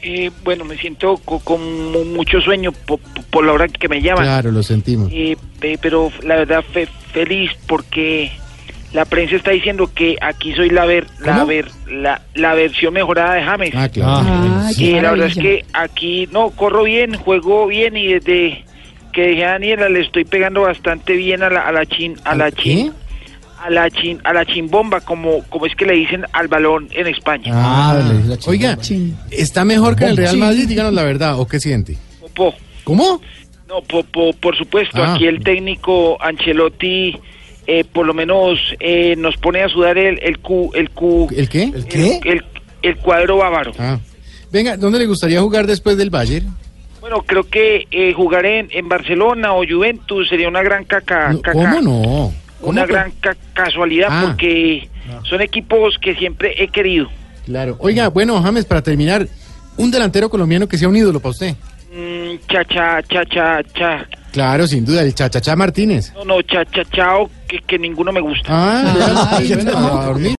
Bueno, me siento con mucho sueño por la hora que me llaman. Claro, lo sentimos. Pero la verdad feliz porque la prensa está diciendo que aquí soy la versión mejorada de James. Ah, claro. La verdad es que aquí corro bien, juego bien y desde que dejé a Daniela le estoy pegando bastante bien a la chimbomba, como es que le dicen al balón en España. Oiga, ¿está mejor que en el Real Madrid? Díganos la verdad, ¿o qué siente? ¿Cómo? No, por supuesto, aquí el técnico Ancelotti por lo menos nos pone a sudar ¿El qué? ¿El qué? El cuadro bávaro. Venga, ¿dónde le gustaría jugar después del Bayern? Bueno, creo que jugar en Barcelona o Juventus sería una gran ¿Cómo no? Una gran casualidad porque son equipos que siempre he querido. Claro. Oiga, bueno, James, para terminar, un delantero colombiano que sea un ídolo para usted. Cha. Claro, sin duda, el Cha Martínez. No, chao, que ninguno me gusta. A dormir.